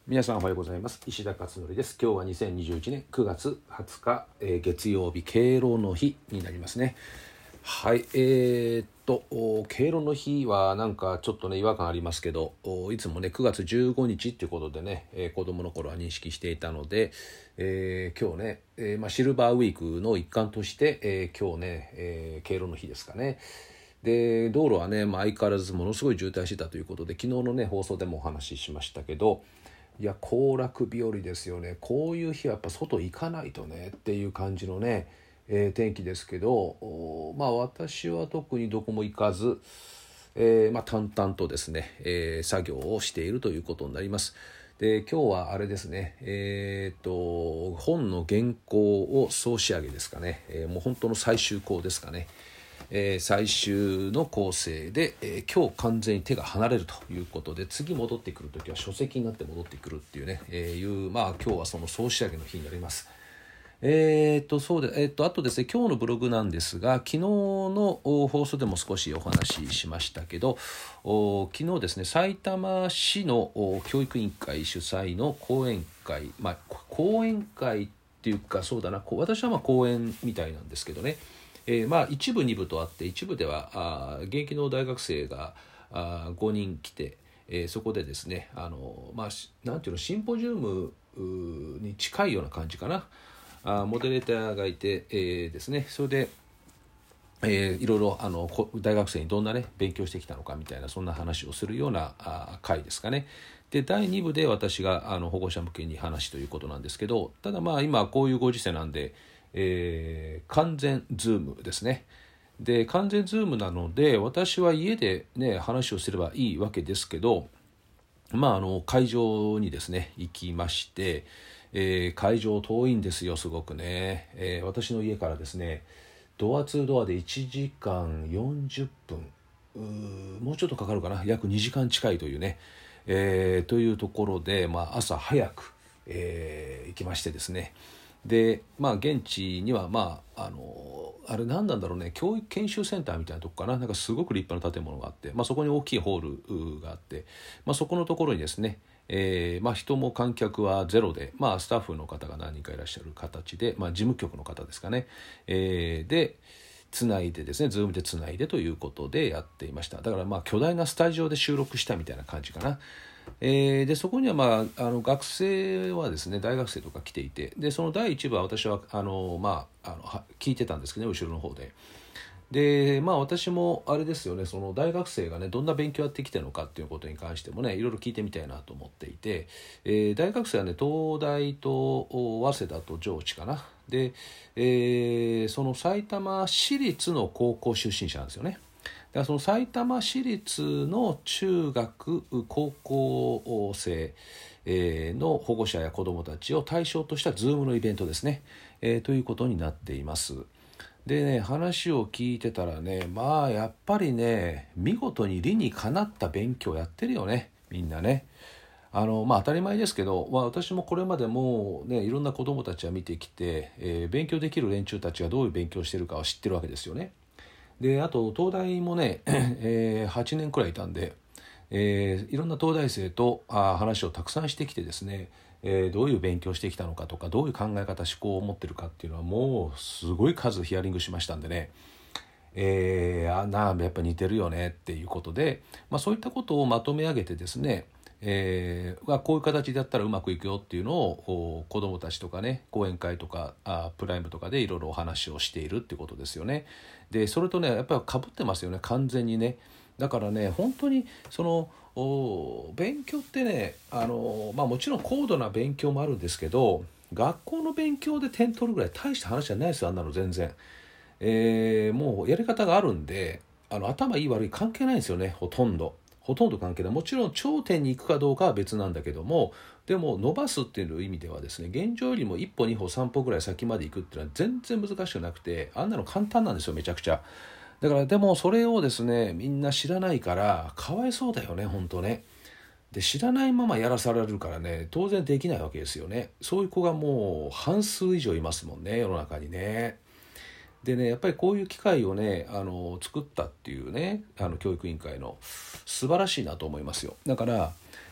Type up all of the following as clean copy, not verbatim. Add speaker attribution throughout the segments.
Speaker 1: 皆さんおはようございます。石田勝則です。今日は2021年9月20日、月曜日敬老の日になりますね。はい、敬老の日はなんかちょっとね違和感ありますけど、いつもね9月15日っていうことでね、子供の頃は認識していたので、今日ね、シルバーウィークの一環として、今日ね、敬老の日ですかね。で道路はね、相変わらずものすごい渋滞してたということで、昨日のね放送でもお話ししましたけど、いや行楽日和ですよね。こういう日はやっぱ外行かないとねっていう感じのね、天気ですけど、私は特にどこも行かず、淡々とですね、作業をしているということになります。で今日はあれですね、本の原稿を総仕上げですかね、もう本当の最終稿ですかね、最終の構成で、今日完全に手が離れるということで、次戻ってくるときは書籍になって戻ってくるっていうね、今日はその総仕上げの日になります。そうで、あとですね、今日のブログなんですが、昨日の放送でも少しお話ししましたけど、昨日ですね、さいたま市の教育委員会主催の講演会、講演会っていうか、そうだな、私は講演みたいなんですけどね、一部二部とあって、一部では現役の大学生が5人来て、そこでですね、なんていうの、シンポジウムに近いような感じかな。モデレーターがいて、ですね、それで、いろいろ大学生にどんなね勉強してきたのかみたいな、そんな話をするような会ですかね。で第2部で私が保護者向けに話ということなんですけど、ただ今こういうご時世なんで、完全ズームですね。で完全ズームなので、私は家でね話をすればいいわけですけど、会場にですね行きまして、会場遠いんですよ、すごくね。私の家からですね、ドアツードアで1時間40分、もうちょっとかかるかな、約2時間近いというね、というところで、朝早く、行きましてですね。で現地にはあれ何なんだろうね、教育研修センターみたいなとこかな、なんかすごく立派な建物があって、そこに大きいホールがあって、そこのところにですね、人も観客はゼロで、スタッフの方が何人かいらっしゃる形で、事務局の方ですかね、でつないでですね、ズームでつないでということでやっていました。だから巨大なスタジオで収録したみたいな感じかな。でそこには、学生はですね、大学生とか来ていて、でその第1部は私は聞いてたんですけどね、後ろの方で。で私もあれですよね、その大学生がねどんな勉強やってきてるのかっていうことに関してもね、いろいろ聞いてみたいなと思っていて、大学生はね東大と早稲田と上智かなで、その埼玉市立の高校出身者なんですよね。だからその埼玉市立の中学高校生の保護者や子どもたちを対象とした Zoom のイベントですね、ということになっています。でね、話を聞いてたらね、やっぱりね見事に理にかなった勉強やってるよね、みんなね。当たり前ですけど、私もこれまでもうねいろんな子どもたちは見てきて、勉強できる連中たちがどういう勉強をしてるかは知ってるわけですよね。であと東大もね、8年くらいいたんで、いろんな東大生と話をたくさんしてきてですね、どういう勉強してきたのかとか、どういう考え方思考を持ってるかっていうのはもうすごい数ヒアリングしましたんでね、やっぱ似てるよねっていうことで、そういったことをまとめ上げてですね、こういう形だったらうまくいくよっていうのを子どもたちとかね、講演会とかプライムとかでいろいろお話をしているってことですよね。でそれとねやっぱりかぶってますよね、完全にね。だからね本当にその勉強ってね、もちろん高度な勉強もあるんですけど、学校の勉強で点取るぐらい大した話じゃないですよ、あんなの全然。もうやり方があるんで、頭いい悪い関係ないんですよね、ほとんど関係ない。もちろん頂点に行くかどうかは別なんだけども、でも伸ばすっていう意味ではですね、現状よりも一歩二歩三歩ぐらい先まで行くっていうのは全然難しくなくて、あんなの簡単なんですよ、めちゃくちゃ。だからでもそれをですねみんな知らないからかわいそうだよね、本当ね。で知らないままやらされるからね、当然できないわけですよね。そういう子がもう半数以上いますもんね、世の中にね。でねやっぱりこういう機会をね作ったっていうね、教育委員会の素晴らしいなと思いますよ。だから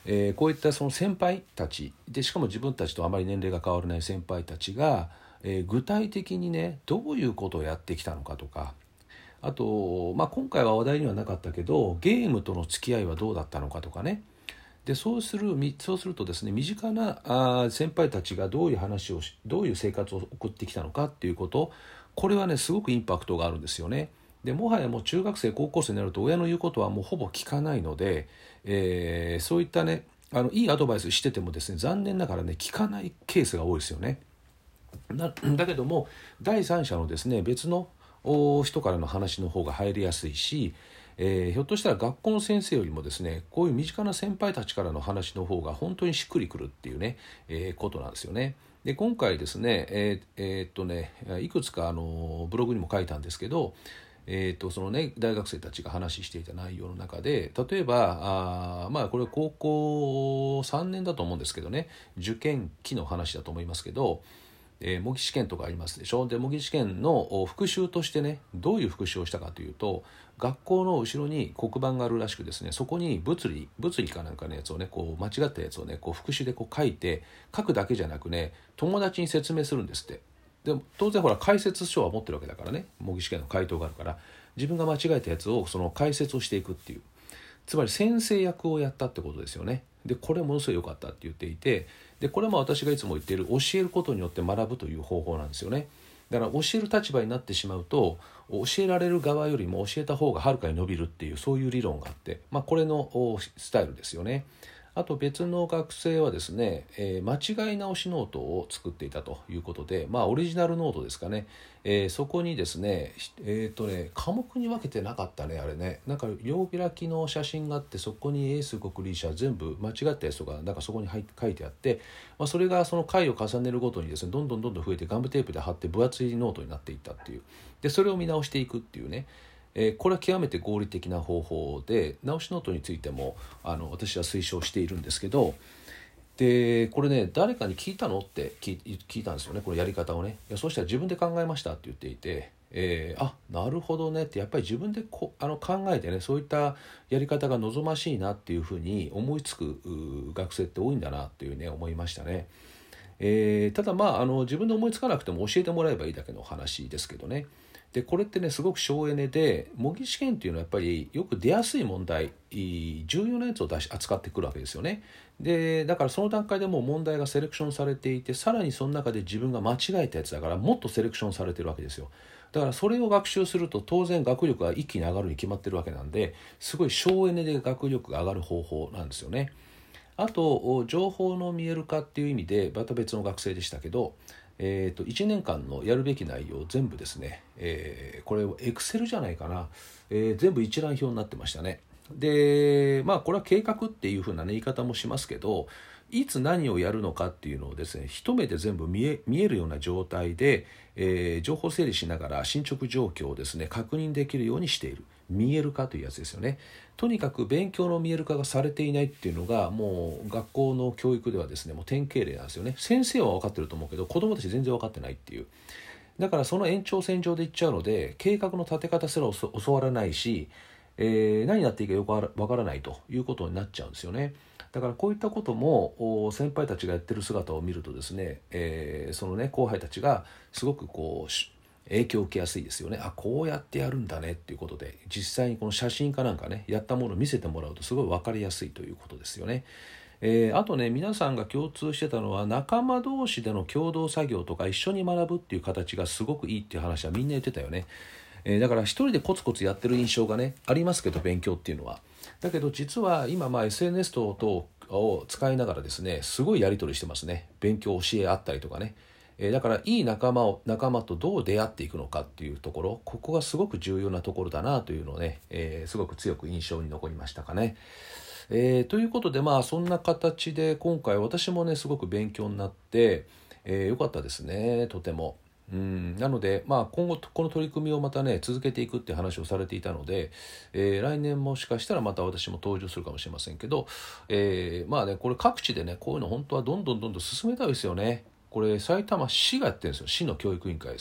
Speaker 1: こういったその先輩たちで、しかも自分たちとあまり年齢が変わらない先輩たちが、具体的にねどういうことをやってきたのかとか、あと、今回は話題にはなかったけどゲームとの付き合いはどうだったのかとかね。でそうするとですね、身近な先輩たちがどういう話をどういう生活を送ってきたのかっていうこと、これはねすごくインパクトがあるんですよね。でもはやもう中学生高校生になると親の言うことはもうほぼ聞かないので、そういったねいいアドバイスしててもですね、残念ながらね聞かないケースが多いですよね。だけども第三者のですね別の人からの話の方が入りやすいし、ひょっとしたら学校の先生よりもですねこういう身近な先輩たちからの話の方が本当にしっくりくるっていうね、ことなんですよね。で今回ですねいくつかブログにも書いたんですけど、そのね大学生たちが話していた内容の中で、例えばこれ高校3年だと思うんですけどね、受験期の話だと思いますけど、模擬試験とかありますでしょ。で模擬試験の復習としてねどういう復習をしたかというと、学校の後ろに黒板があるらしくですね、そこに物理かなんかのやつをねこう間違ったやつをねこう復習でこう書いて、書くだけじゃなくね友達に説明するんですって。でも当然ほら解説書は持ってるわけだからね、模擬試験の回答があるから自分が間違えたやつをその解説をしていくっていう、つまり先生役をやったってことですよね。でこれものすごい良かったって言っていて、でこれも私がいつも言っている教えることによって学ぶという方法なんですよね。だから教える立場になってしまうと教えられる側よりも教えた方がはるかに伸びるっていう、そういう理論があって、これのスタイルですよね。あと別の学生はですね、間違い直しノートを作っていたということで、オリジナルノートですかね、そこにですね、科目に分けてなかったねあれね、なんか両開きの写真があって、そこに英数国理社全部間違ったやつとかなんかそこに書いてあって、それがその回を重ねるごとにですねどんどん増えてガムテープで貼って分厚いノートになっていったっていう、でそれを見直していくっていうね、これは極めて合理的な方法で、直しノートについても私は推奨しているんですけど、でこれね誰かに聞いたのって聞いたんですよね、このやり方をね。いやそうしたら自分で考えましたって言っていて、なるほどねって、やっぱり自分で考えてね、そういったやり方が望ましいなっていうふうに思いつく学生って多いんだなっていうね思いましたね。ただ自分で思いつかなくても教えてもらえばいいだけの話ですけどね。でこれってねすごく省エネで、模擬試験っていうのはやっぱりよく出やすい問題、重要なやつを扱ってくるわけですよね。でだからその段階でもう問題がセレクションされていて、さらにその中で自分が間違えたやつだからもっとセレクションされてるわけですよ。だからそれを学習すると当然学力が一気に上がるに決まってるわけなんで、すごい省エネで学力が上がる方法なんですよね。あと情報の見える化っていう意味でまた別の学生でしたけど、1年間のやるべき内容全部ですね、これエクセルじゃないかな、全部一覧表になってましたね。でこれは計画っていう風な、言い方もしますけど、いつ何をやるのかっていうのをですね一目で全部見えるような状態で、情報整理しながら進捗状況をですね確認できるようにしている、見える化というやつですよね。とにかく勉強の見える化がされていないっていうのがもう学校の教育ではですねもう典型例なんですよね。先生は分かってると思うけど子どもたち全然分かってないっていう。だからその延長線上でいっちゃうので計画の立て方すら教わらないし、何やっていいかよくわからないということになっちゃうんですよね。だからこういったことも先輩たちがやってる姿を見るとですね、そのね後輩たちがすごく影響を受けやすいですよね。こうやってやるんだねっていうことで、実際にこの写真かなんかねやったものを見せてもらうとすごい分かりやすいということですよね。あとね皆さんが共通してたのは仲間同士での共同作業とか一緒に学ぶっていう形がすごくいいっていう話はみんな言ってたよね。だから一人でコツコツやってる印象がねありますけど、勉強っていうのは。だけど実は今SNS 等々を使いながらですねすごいやり取りしてますね。勉強教え合ったりとかね。だからいい仲間とどう出会っていくのかっていうところ、ここがすごく重要なところだなというのをね、すごく強く印象に残りましたかね。ということでそんな形で今回私もねすごく勉強になって、よかったですね、とても。なので、今後この取り組みをまたね続けていくって話をされていたので、来年もしかしたらまた私も登場するかもしれませんけど、これ各地でねこういうの本当はどんどん進めたいですよね。これ埼玉市がやってるんですよ。市の教育委員会ですよ。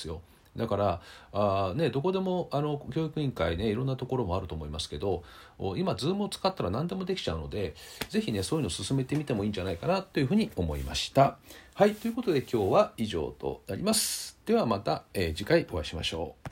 Speaker 1: だからどこでも教育委員会ね、いろんなところもあると思いますけど、今 Zoom を使ったら何でもできちゃうので、ぜひねそういうのを進めてみてもいいんじゃないかなというふうに思いました。はい、ということで今日は以上となります。ではまた、次回お会いしましょう。